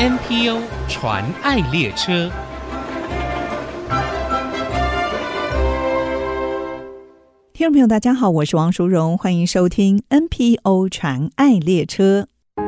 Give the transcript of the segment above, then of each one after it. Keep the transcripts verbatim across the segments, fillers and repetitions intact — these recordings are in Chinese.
N P O 传爱列车。 听众朋友大家好，我是王淑荣，欢迎收听 N P O 传爱列车。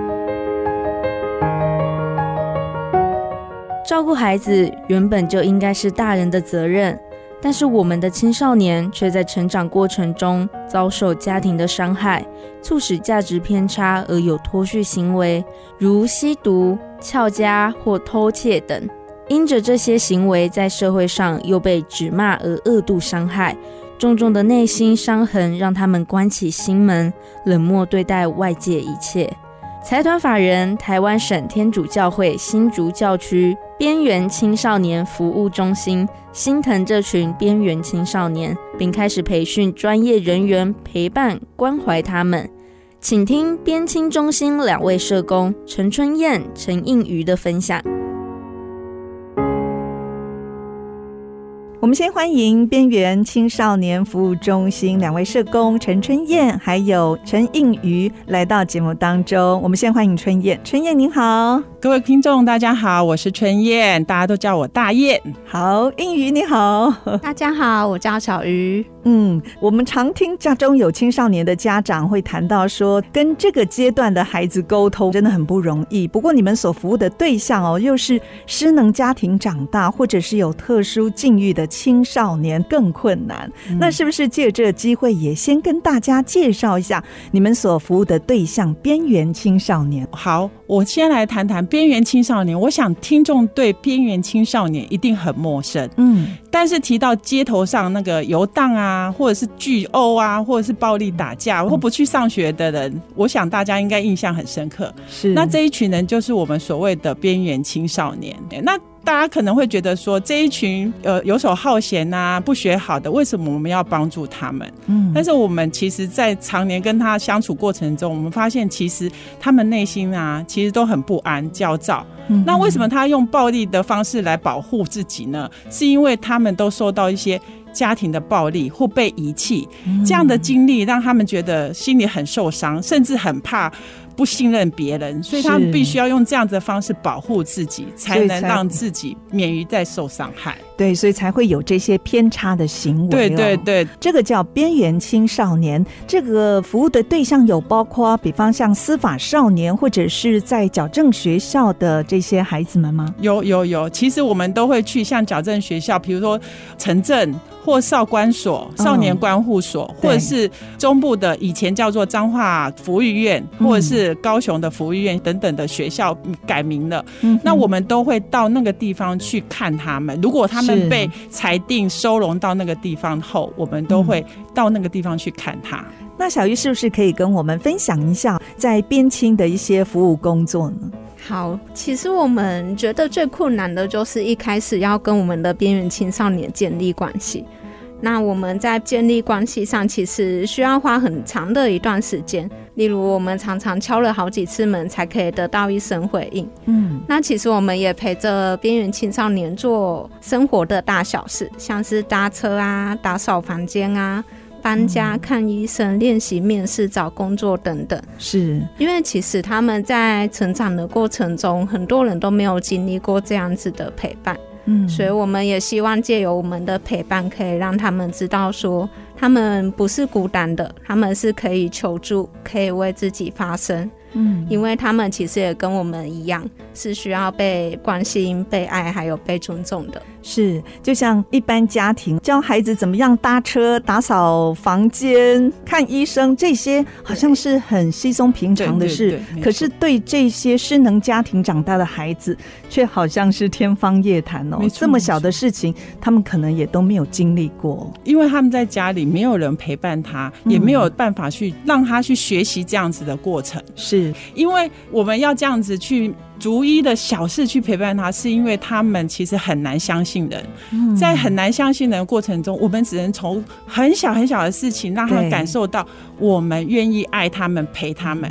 照顾孩子原本就应该是大人的责任，但是我们的青少年却在成长过程中遭受家庭的伤害，促使价值偏差而有脱序行为，如吸毒、翘家或偷窃等。因着这些行为在社会上又被指骂而恶度伤害，重重的内心伤痕让他们关起心门，冷漠对待外界一切。财团法人台湾省天主教会新竹教区边缘青少年服务中心心疼这群边缘青少年，并开始培训专业人员陪伴关怀他们。请听边青中心两位社工陈春燕、陈映瑜的分享。 我们先欢迎边缘青少年服务中心两位社工陈春燕还有陈映瑜来到节目当中。我们先欢迎春燕。春燕您好。 各位听众大家好，我是春燕，大家都叫我大燕。 好，映瑜你好。 大家好，我叫小瑜。 嗯，我们常听家中有青少年的家长会谈到说，跟这个阶段的孩子沟通真的很不容易。不过你们所服务的对象哦，又是失能家庭长大或者是有特殊境遇的青少年，更困难。嗯、那是不是借这个机会也先跟大家介绍一下你们所服务的对象——边缘青少年？ 好，我先来谈谈边缘青少年。我想听众对边缘青少年一定很陌生，嗯，但是提到街头上那个游荡啊，或者是聚殴啊，或者是暴力打架，或不去上学的人，我想大家应该印象很深刻。是，那这一群人就是我们所谓的边缘青少年。那大家可能会觉得说，这一群呃游手好闲啊、不学好的，为什么我们要帮助他们？嗯，但是我们其实在常年跟他相处过程中，我们发现其实他们内心啊，其实都很不安、焦躁。嗯、那为什么他用暴力的方式来保护自己呢？是因为他们都受到一些家庭的暴力或被遗弃，这样的经历让他们觉得心里很受伤，甚至很怕不信任别人，所以他们必须要用这样子的方式保护自己，才能让自己免于再受伤害。 对，所以才会有这些偏差的行为、哦。对对对，这个叫边缘青少年。这个服务的对象有包括，比方像司法少年，或者是在矫正学校的这些孩子们吗？ 有有有，其实我们都会去像矫正学校，比如说城镇或少管所、少年观护所，哦、或者是中部的以前叫做彰化福育院，或者是高雄的福育院等等的学校改名了。嗯、那我们都会到那个地方去看他们。如果他们被裁定收容到那个地方后，我们都会到那个地方去看他。 那小瑜是不是可以跟我们分享一下在边青的一些服务工作呢？ 好，其实我们觉得最困难的就是一开始要跟我们的边缘青少年建立关系。那我们在建立关系上其实需要花很长的一段时间，例如我们常常敲了好几次门才可以得到一声回应。嗯，那其实我们也陪着边缘青少年做生活的大小事，像是搭车啊、打扫房间啊、搬家、看医生、练习面试、找工作等等。是因为其实他们在成长的过程中，很多人都没有经历过这样子的陪伴。嗯，所以我们也希望借由我们的陪伴，可以让他们知道说，他们不是孤单的，他们是可以求助，可以为自己发声。嗯，因为他们其实也跟我们一样，是需要被关心、被爱，还有被尊重的。 是，就像一般家庭教孩子怎么样搭车、打扫房间、看医生，这些好像是很稀松平常的事，可是对这些失能家庭长大的孩子，却好像是天方夜谭哦。这么小的事情，他们可能也都没有经历过， 因为他们在家里没有人陪伴他，也没有办法去让他去学习这样子的过程。是。因为我们要这样子去逐一的小事去陪伴他，是因为他们其实很难相信人、嗯、在很难相信人的过程中，我们只能从很小很小的事情让他感受到我们愿意爱他们陪他们。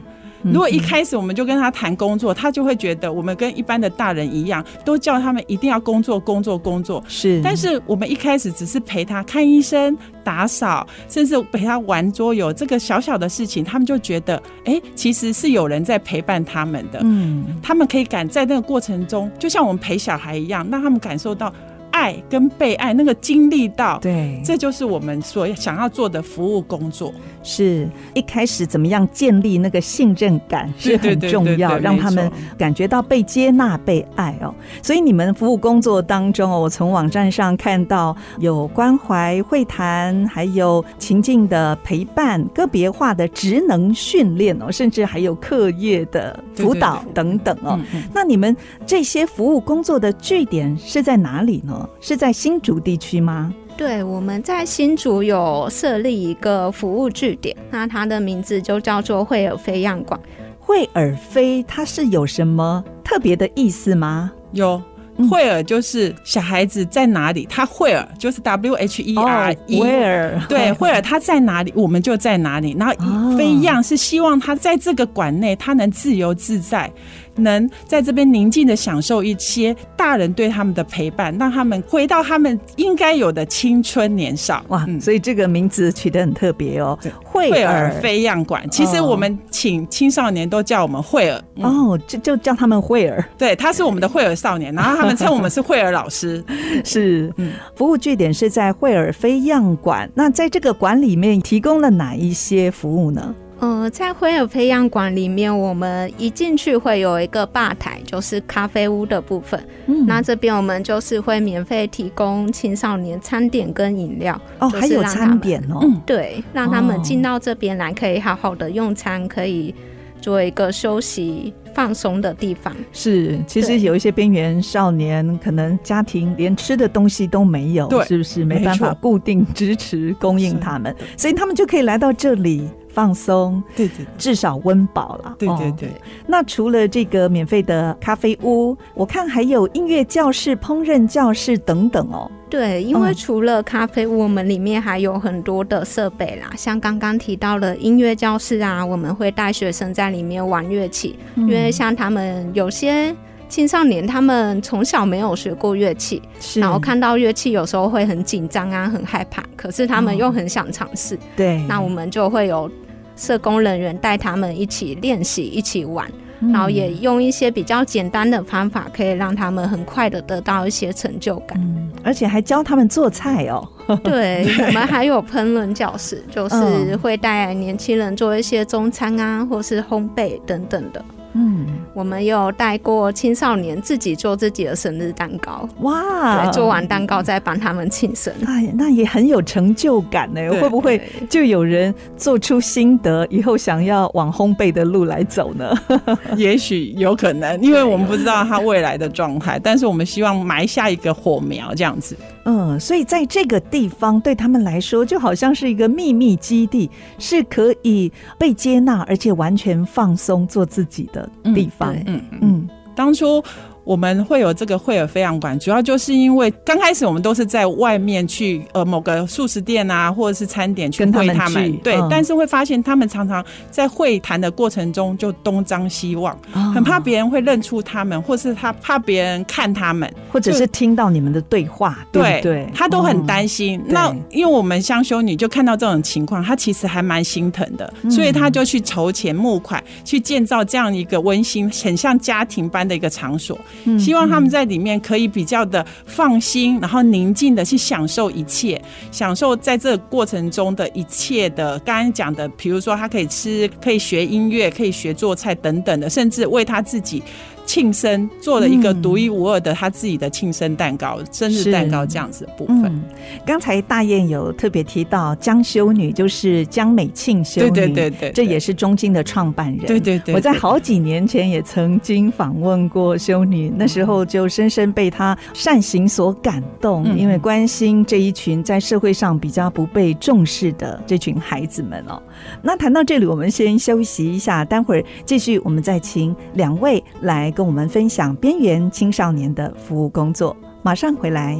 如果一开始我们就跟他谈工作，他就会觉得我们跟一般的大人一样，都叫他们一定要工作工作工作。 是， 但是我们一开始只是陪他看医生、打扫，甚至陪他玩桌游，这个小小的事情，他们就觉得哎、欸，其实是有人在陪伴他们的。嗯，他们可以感在那个过程中，就像我们陪小孩一样，让他们感受到爱跟被爱，那个经历到， 对， 这就是我们所想要做的服务工作。 是一开始怎么样建立那个信任感是很重要，对对对对对，让他们感觉到被接纳、被爱哦。所以你们服务工作当中哦，我从网站上看到有关怀会谈，还有情境的陪伴、个别化的职能训练哦，甚至还有课业的辅导等等哦。对对对，嗯嗯，那你们这些服务工作的据点是在哪里呢？是在新竹地区吗？ 对，我们在新竹有设立一个服务据点，那它的名字就叫做惠尔飞样馆。 惠尔飞它是有什么特别的意思吗？ 有，惠尔就是小孩子在哪里，他惠尔就是 W H E R E， 惠尔， 对，惠尔他在哪里我们就在哪里，然后飞样是希望他在这个馆内他能自由自在，能在这边宁静的享受一些大人对他们的陪伴，让他们回到他们应该有的青春年少。 哇、嗯，所以这个名字取得很特别哦， 惠尔飞样馆。其实我们请青少年都叫我们惠尔、 嗯、哦，就就叫他们惠尔。 对，他是我们的惠尔少年，然后他们称我们是惠尔老师。 是、嗯，服务据点是在惠尔飞样馆。那在这个馆里面提供了哪一些服务呢？ 呃，在惠尔飞样馆里面，我们一进去会有一个吧台，就是咖啡屋的部分。嗯，那这边我们就是会免费提供青少年餐点跟饮料。 哦，还有餐点哦。 对，让他们进到这边来，可以好好的用餐，可以做一个休息放松的地方。 是，其实有一些边缘少年可能家庭连吃的东西都没有，是不是没办法固定支持供应他们，所以他们就可以来到这里放松， 对对， 至少温饱了。 对对对、哦。 那除了这个免费的咖啡屋，我看还有音乐教室、烹饪教室等等哦。 对，因为除了咖啡屋，我们里面还有很多的设备啦，像刚刚提到的音乐教室啊，我们会带学生在里面玩乐器，嗯、因为像他们有些青少年他们从小没有学过乐器，然后看到乐器有时候会很紧张啊，很害怕，可是他们又很想尝试、哦、对，那我们就会有社工人员带他们一起练习，一起玩，然后也用一些比较简单的方法，可以让他们很快的得到一些成就感、嗯、 而且还教他们做菜哦。 对，我们还有烹饪教室，就是会带年轻人做一些中餐啊，或是烘焙等等的。嗯，我们有带过青少年自己做自己的生日蛋糕，哇！对，做完蛋糕再帮他们庆生， 哎，那也很有成就感呢。会不会就有人做出心得，以后想要往烘焙的路来走呢？ 也许有可能，因为我们不知道他未来的状态，但是我们希望埋下一个火苗，这样子。 嗯，所以在这个地方对他们来说，就好像是一个秘密基地，是可以被接纳，而且完全放松做自己的地方。 嗯 嗯, 嗯，当初我们会有这个惠尔飞样馆，主要就是因为刚开始我们都是在外面去呃某个素食店啊，或者是餐点去会他们，对、嗯，但是会发现他们常常在会谈的过程中就东张西望，哦、很怕别人会认出他们，或是他怕别人看他们， 或者是听到你们的对话，对不对？ 他都很担心。嗯、那因为我们香修女就看到这种情况，他其实还蛮心疼的，嗯、所以他就去筹钱募款，去建造这样一个温馨、很像家庭般的一个场所。希望他们在里面可以比较的放心，然后宁静的去享受一切，享受在这个过程中的一切的刚刚讲的，比如说他可以吃，可以学音乐，可以学做菜等等的，甚至为他自己庆生做了一个独一无二的他自己的庆生蛋糕、嗯、生日蛋糕这样子的部分。 刚、嗯、才大雁有特别提到江修女，就是江美庆修女，对对 对, 对, 对，这也是中经的创办人。对对 对, 对，我在好几年前也曾经访问过修女，那时候就深深被她善行所感动、嗯、因为关心这一群在社会上比较不被重视的这群孩子们哦。那谈到这里，我们先休息一下，待会儿继续我们再请两位来跟我们分享边缘青少年的服务工作，马上回来。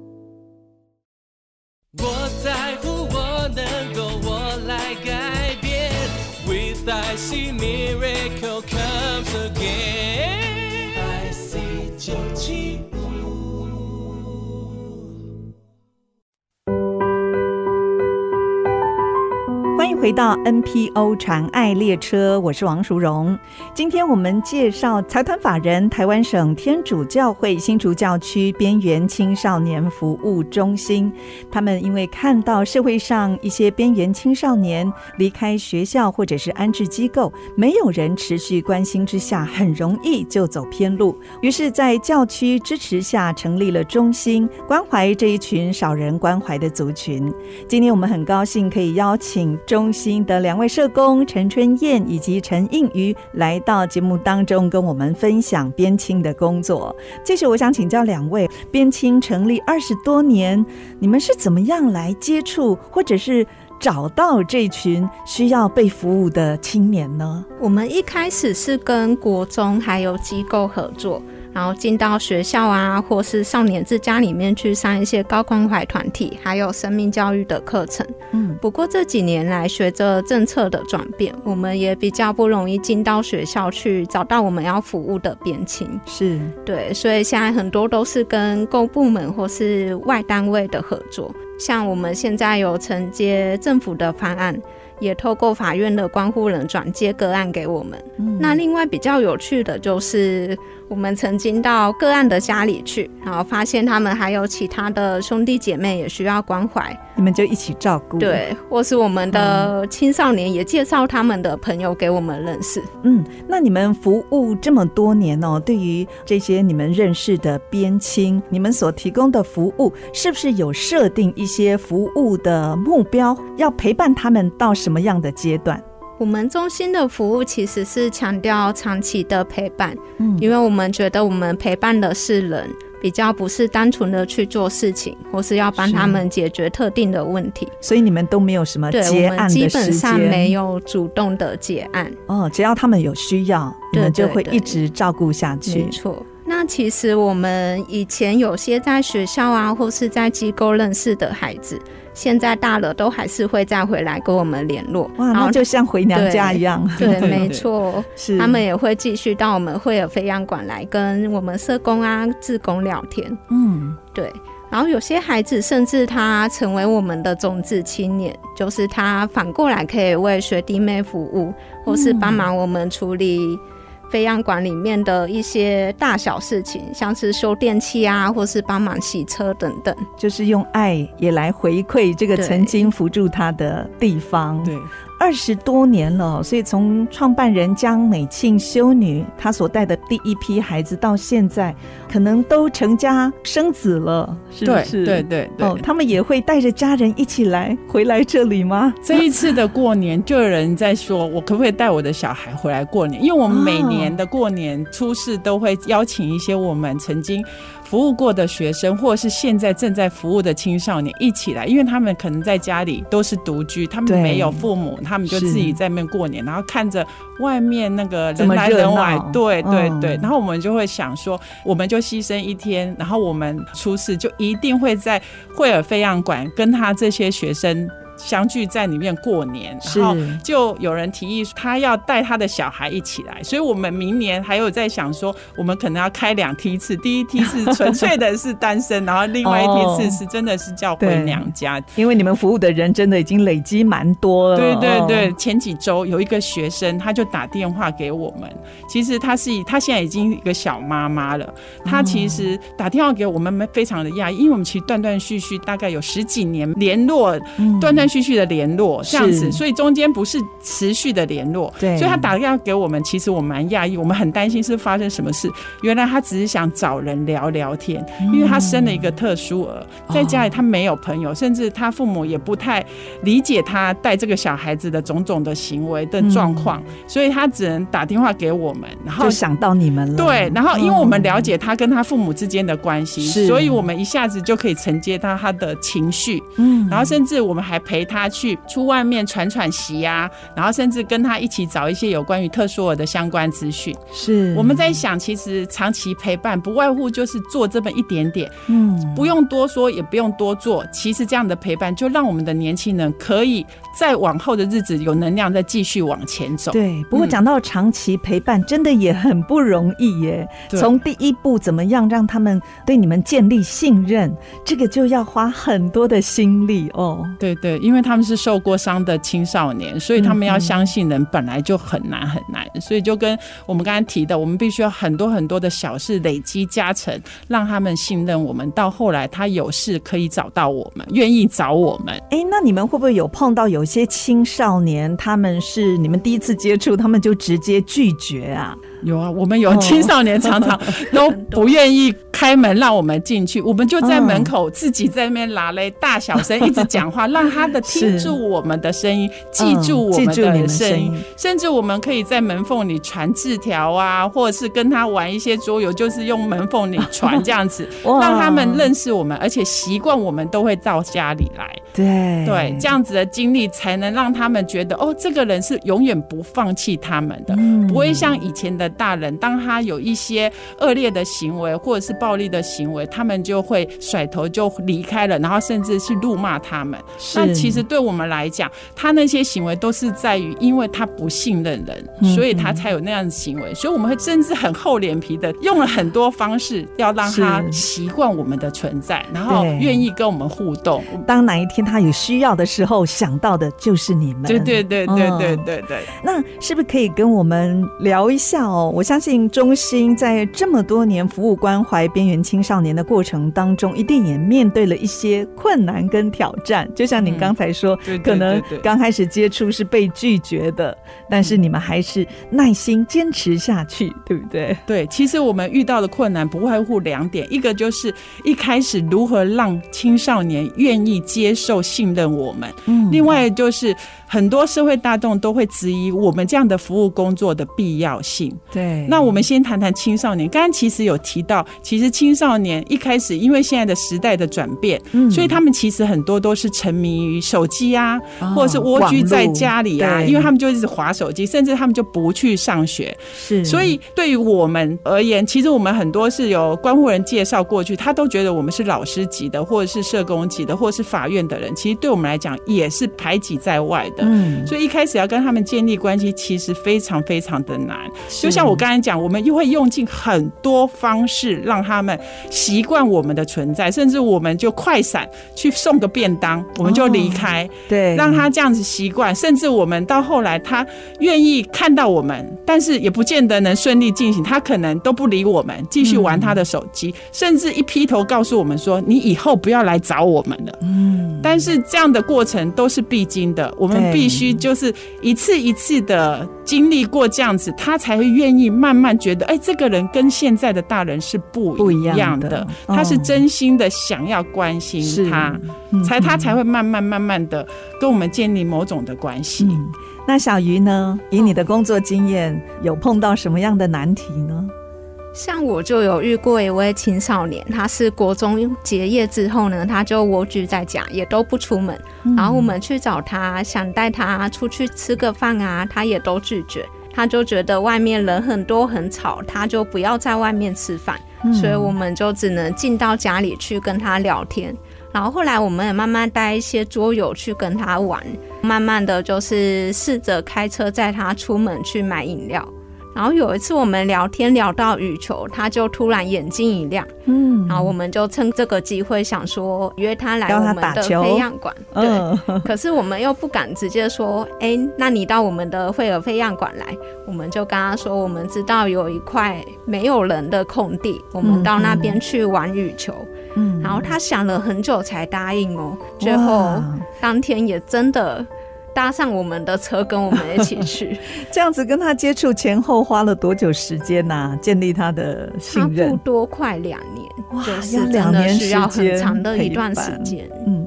我在乎，我能够，我来改变。 I see miracle comes again. I see 九七欢迎回到 N P O 传爱列车，我是王淑荣。今天我们介绍财团法人台湾省天主教会新竹教区边缘青少年服务中心，他们因为看到社会上一些边缘青少年离开学校或者是安置机构，没有人持续关心之下，很容易就走偏路，于是在教区支持下成立了中心，关怀这一群少人关怀的族群。今天我们很高兴可以邀请中心的两位社工陈春燕以及陈映瑜来到节目当中跟我们分享边青的工作。接着我想请教两位，边青成立二十多年，你们是怎么样来接触或者是找到这群需要被服务的青年呢？ 我们一开始是跟国中还有机构合作，然后进到学校啊，或是少年之家里面去上一些高关怀团体还有生命教育的课程。嗯，不过这几年来随着政策的转变，我们也比较不容易进到学校去找到我们要服务的边青。 是， 对，所以现在很多都是跟公部门或是外单位的合作，像我们现在有承接政府的方案，也透过法院的关护人转接个案给我们。嗯，那另外比较有趣的就是我们曾经到个案的家里去，然后发现他们还有其他的兄弟姐妹也需要关怀， 你们就一起照顾。 对，或是我们的青少年也介绍他们的朋友给我们认识。 嗯，那你们服务这么多年哦，对于这些你们认识的边青，你们所提供的服务是不是有设定一些服务的目标，要陪伴他们到什么样的阶段？ 我们中心的服务其实是强调长期的陪伴，嗯，因为我们觉得我们陪伴的是人，比较不是单纯的去做事情，或是要帮他们解决特定的问题。 所以你们都没有什么结案的时间？ 对，我们基本上没有主动的结案。 哦，只要他们有需要，你们就会一直照顾下去。 没错。那其实我们以前有些在学校啊，或是在机构认识的孩子，现在大了都还是会再回来跟我们联络。 哇，那就像回娘家一样。 对，对没错，是他们也会继续到我们惠尔飞扬馆来跟我们社工啊、志工聊天。嗯，对。然后有些孩子甚至他成为我们的种子青年，就是他反过来可以为学弟妹服务，或是帮忙我们处理飞扬馆里面的一些大小事情，像是修电器啊，或是帮忙洗车等等， 就是用爱也来回馈这个曾经扶助他的地方。对，二十多年了，所以从创办人江美庆修女她所带的第一批孩子到现在，可能都成家生子了，是不是？ 对对 对, 对、哦、 他们也会带着家人一起来回来这里吗？ 这一次的过年就有人在说，我可不可以带我的小孩回来过年？因为我们每年的过年初四都会邀请一些我们曾经服务过的学生，或者是现在正在服务的青少年一起来，因为他们可能在家里都是独居，他们没有父母，他们就自己在那边过年，然后看着外面那个人来人往，对对对、嗯、然后我们就会想说，我们就牺牲一天，然后我们初四就一定会在惠尔飞扬馆跟他这些学生相聚在里面过年，然后就有人提议他要带他的小孩一起来，所以我们明年还有在想说，我们可能要开两梯次，第一梯次纯粹的是单身然后另外一梯次是真的是叫回娘家、哦、 因为你们服务的人真的已经累积蛮多了。 对对对，前几周有一个学生他就打电话给我们，其实他是他现在已经一个小妈妈了，他其实打电话给我们非常的讶异，因为我们其实断断续续大概有十几年联络，断断续续的联络这样子，所以中间不是持续的联络，所以他打电话给我们，其实我蛮讶异，我们很担心是发生什么事，原来他只是想找人聊聊天，因为他生了一个特殊儿，在家里他没有朋友，甚至他父母也不太理解他带这个小孩子的种种的行为的状况、嗯、所以他只能打电话给我们，然后就想到你们了。 对，然后因为我们了解他跟他父母之间的关系、嗯、所以我们一下子就可以承接到他的情绪、嗯、然后甚至我们还陪陪他去出外面喘喘息啊，然后甚至跟他一起找一些有关于特殊儿的相关资讯。 是我们在想，其实长期陪伴不外乎就是做这么一点点，嗯，不用多说，也不用多做。其实这样的陪伴，就让我们的年轻人可以在往后的日子有能量再继续往前走。 对，不过讲到长期陪伴，真的也很不容易耶。从第一步怎么样让他们对你们建立信任，这个就要花很多的心力哦。 对对，因为他们是受过伤的青少年，所以他们要相信人本来就很难很难，所以就跟我们刚才提的，我们必须要很多很多的小事累积加成，让他们信任我们，到后来他有事可以找到我们，愿意找我们。 哎，那你们会不会有碰到有些青少年，他们是你们第一次接触，他们就直接拒绝啊？ 有啊，我们有青少年常常都不愿意开门让我们进去，我们就在门口自己在那边拉嘞，大小声一直讲话，让他的听住我们的声音，记住我们的声音，甚至我们可以在门缝里传字条啊，或者是跟他玩一些桌游，就是用门缝里传这样子，让他们认识我们，而且习惯我们都会到家里来。 对对，这样子的经历才能让他们觉得，哦，这个人是永远不放弃他们的，嗯、不会像以前的大人，当他有一些恶劣的行为或者是暴力的行为，他们就会甩头就离开了，然后甚至是辱骂他们。那其实对我们来讲，他那些行为都是在于因为他不信任人，嗯、所以他才有那样的行为。所以我们会甚至很厚脸皮的用了很多方式，要让他习惯我们的存在，然后愿意跟我们互动。 当哪一天他有需要的时候，想到的就是你们。 对对对对对对对。 那是不是可以跟我们聊一下哦？我相信中心在这么多年服务关怀边缘青少年的过程当中，一定也面对了一些困难跟挑战。就像你刚才说，嗯、可能刚开始接触是被拒绝的，但是你们还是耐心坚持下去，对不对？ 对，其实我们遇到的困难不外乎两点，一个就是一开始如何让青少年愿意接受信任我们，嗯、另外就是很多社会大众都会质疑我们这样的服务工作的必要性。 对， 那我们先谈谈青少年。刚刚其实有提到，其实青少年一开始因为现在的时代的转变，嗯、所以他们其实很多都是沉迷于手机啊，哦、或者是蜗居在家里啊，因为他们就一直滑手机，甚至他们就不去上学。是，所以对于我们而言，其实我们很多是有关护人介绍过去，他都觉得我们是老师级的，或者是社工级的，或者是法院的人，其实对我们来讲也是排挤在外的。嗯，所以一开始要跟他们建立关系，其实非常非常的难。就像我刚才讲，我们又会用尽很多方式让他们习惯我们的存在，甚至我们就快闪去送个便当，我们就离开，哦、对，让他这样子习惯。甚至我们到后来，他愿意看到我们，但是也不见得能顺利进行，他可能都不理我们，继续玩他的手机，嗯、甚至一劈头告诉我们说：“你以后不要来找我们了。”嗯，但是这样的过程都是必经的，我们必须就是一次一次的经历过这样子，他才会愿意慢慢觉得，哎，这个人跟现在的大人是不一样的，哦、他是真心的想要关心他，嗯、才他才会慢慢慢慢的跟我们建立某种的关系。嗯、 那小鱼呢？以你的工作经验，哦、有碰到什么样的难题呢？ 像我就有遇过一位青少年，他是国中结业之后呢，他就蜗居在家，也都不出门，嗯、然后我们去找他，想带他出去吃个饭啊，他也都拒绝，他就觉得外面人很多很吵，他就不要在外面吃饭，嗯、所以我们就只能进到家里去跟他聊天。然后后来我们也慢慢带一些桌游去跟他玩，慢慢的就是试着开车载他出门去买饮料。然后有一次我们聊天聊到羽球，他就突然眼睛一亮，嗯，然后我们就趁这个机会想说约他来我们的飞扬馆，对，嗯、可是我们又不敢直接说，哎，那你到我们的惠尔飞扬馆来，我们就跟他说，我们知道有一块没有人的空地，我们到那边去玩羽球，嗯，然后他想了很久才答应哦，最后当天也真的搭上我们的车跟我们一起去。 这样子跟他接触前后花了多久时间啊？建立他的信任？ 差不多快两年，哇，就是真的需要很长的一段时间。嗯，对。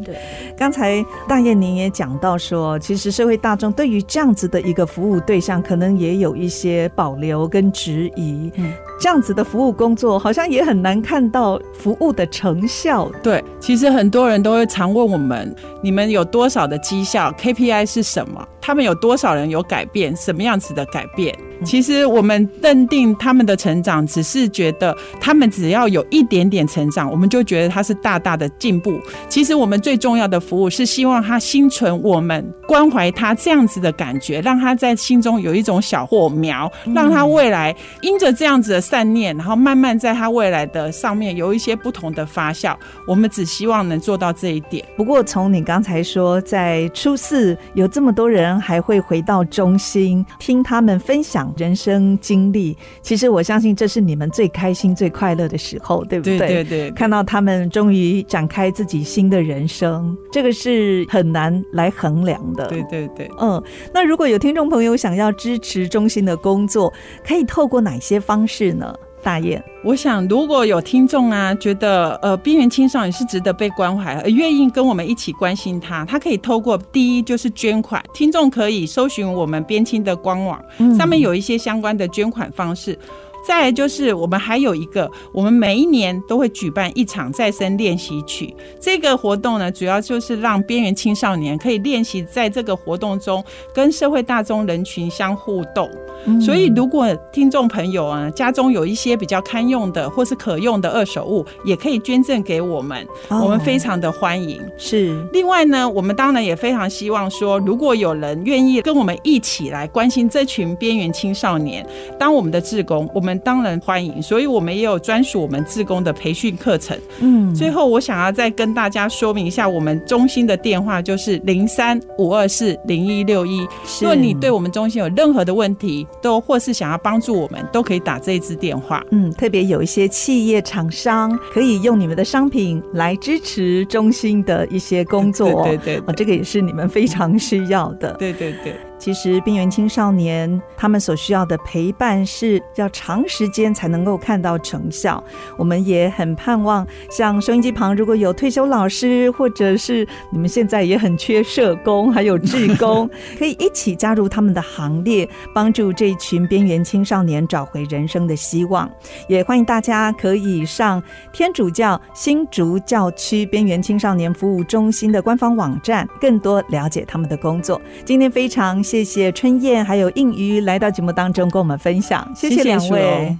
刚才大雁您也讲到说，其实社会大众对于这样子的一个服务对象可能也有一些保留跟质疑、嗯、这样子的服务工作好像也很难看到服务的成效。 对，其实很多人都会常问我们，你们有多少的绩效 K P I 是什么，他们有多少人有改变，什么样子的改变。其实我们认定他们的成长，只是觉得他们只要有一点点成长，我们就觉得他是大大的进步。其实我们最重要的服务是希望他心存我们关怀他这样子的感觉，让他在心中有一种小火苗，让他未来因着这样子的善念，然后慢慢在他未来的上面有一些不同的发酵。我们只希望能做到这一点。 不过从你刚才说在初四有这么多人还会回到中心听他们分享人生经历，其实我相信这是你们最开心最快乐的时候，对不对？ 对对 对, 对， 看到他们终于展开自己新的人生，这个是很难来衡量的。 对对对， 嗯，那如果有听众朋友想要支持中心的工作，可以透过哪些方式呢？大雁， 我想如果有听众啊觉得呃边缘青少年是值得被关怀，而愿意跟我们一起关心他，他可以透过第一就是捐款，听众可以搜寻我们边青的官网、嗯、上面有一些相关的捐款方式。再来就是我们还有一个，我们每一年都会举办一场再生练习曲，这个活动呢主要就是让边缘青少年可以练习在这个活动中跟社会大众人群相互动、嗯、所以如果听众朋友啊家中有一些比较堪用的或是可用的二手物，也可以捐赠给我们、哦、我们非常的欢迎。 是， 另外呢我们当然也非常希望说，如果有人愿意跟我们一起来关心这群边缘青少年，当我们的志工，我们当然欢迎，所以我们也有专属我们志工的培训课程。嗯，最后我想要再跟大家说明一下，我们中心的电话就是零三五二四零一六一。如果你对我们中心有任何的问题，都或是想要帮助我们，都可以打这一支电话。 嗯，特别有一些企业厂商可以用你们的商品来支持中心的一些工作。 对对 对, 对、哦、 这个也是你们非常需要的。 对对对。 其实边缘青少年他们所需要的陪伴是要长时间才能够看到成效，我们也很盼望像收音机旁如果有退休老师，或者是你们现在也很缺社工还有志工可以一起加入他们的行列，帮助这一群边缘青少年找回人生的希望。也欢迎大家可以上天主教新竹教区边缘青少年服务中心的官方网站，更多了解他们的工作。今天非常谢谢春燕还有应瑜来到节目当中跟我们分享，谢谢两位。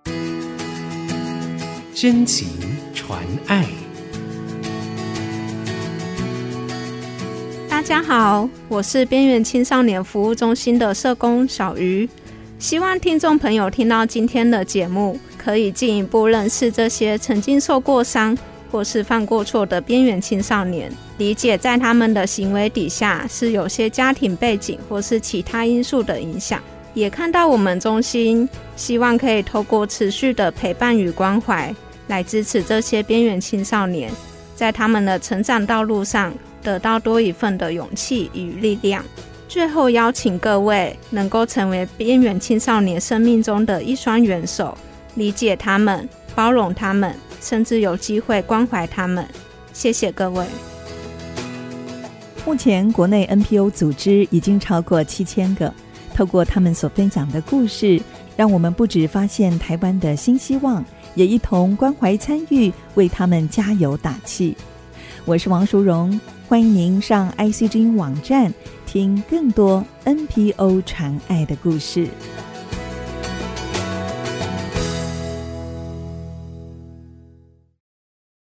真情传爱。 大家好，我是边缘青少年服务中心的社工小瑜，希望听众朋友听到今天的节目，可以进一步认识这些曾经受过伤或是犯过错的边缘青少年，理解在他们的行为底下是有些家庭背景或是其他因素的影响，也看到我们中心希望可以透过持续的陪伴与关怀来支持这些边缘青少年，在他们的成长道路上得到多一份的勇气与力量。最后邀请各位能够成为边缘青少年生命中的一双援手，理解他们，包容他们，甚至有机会关怀他们。谢谢各位。 目前国内 N P O 组织已经超过七千个，透过他们所分享的故事，让我们不只发现台湾的新希望，也一同关怀参与，为他们加油打气。我是王淑荣，欢迎您上 I C 之音网站听更多 N P O 传爱的故事。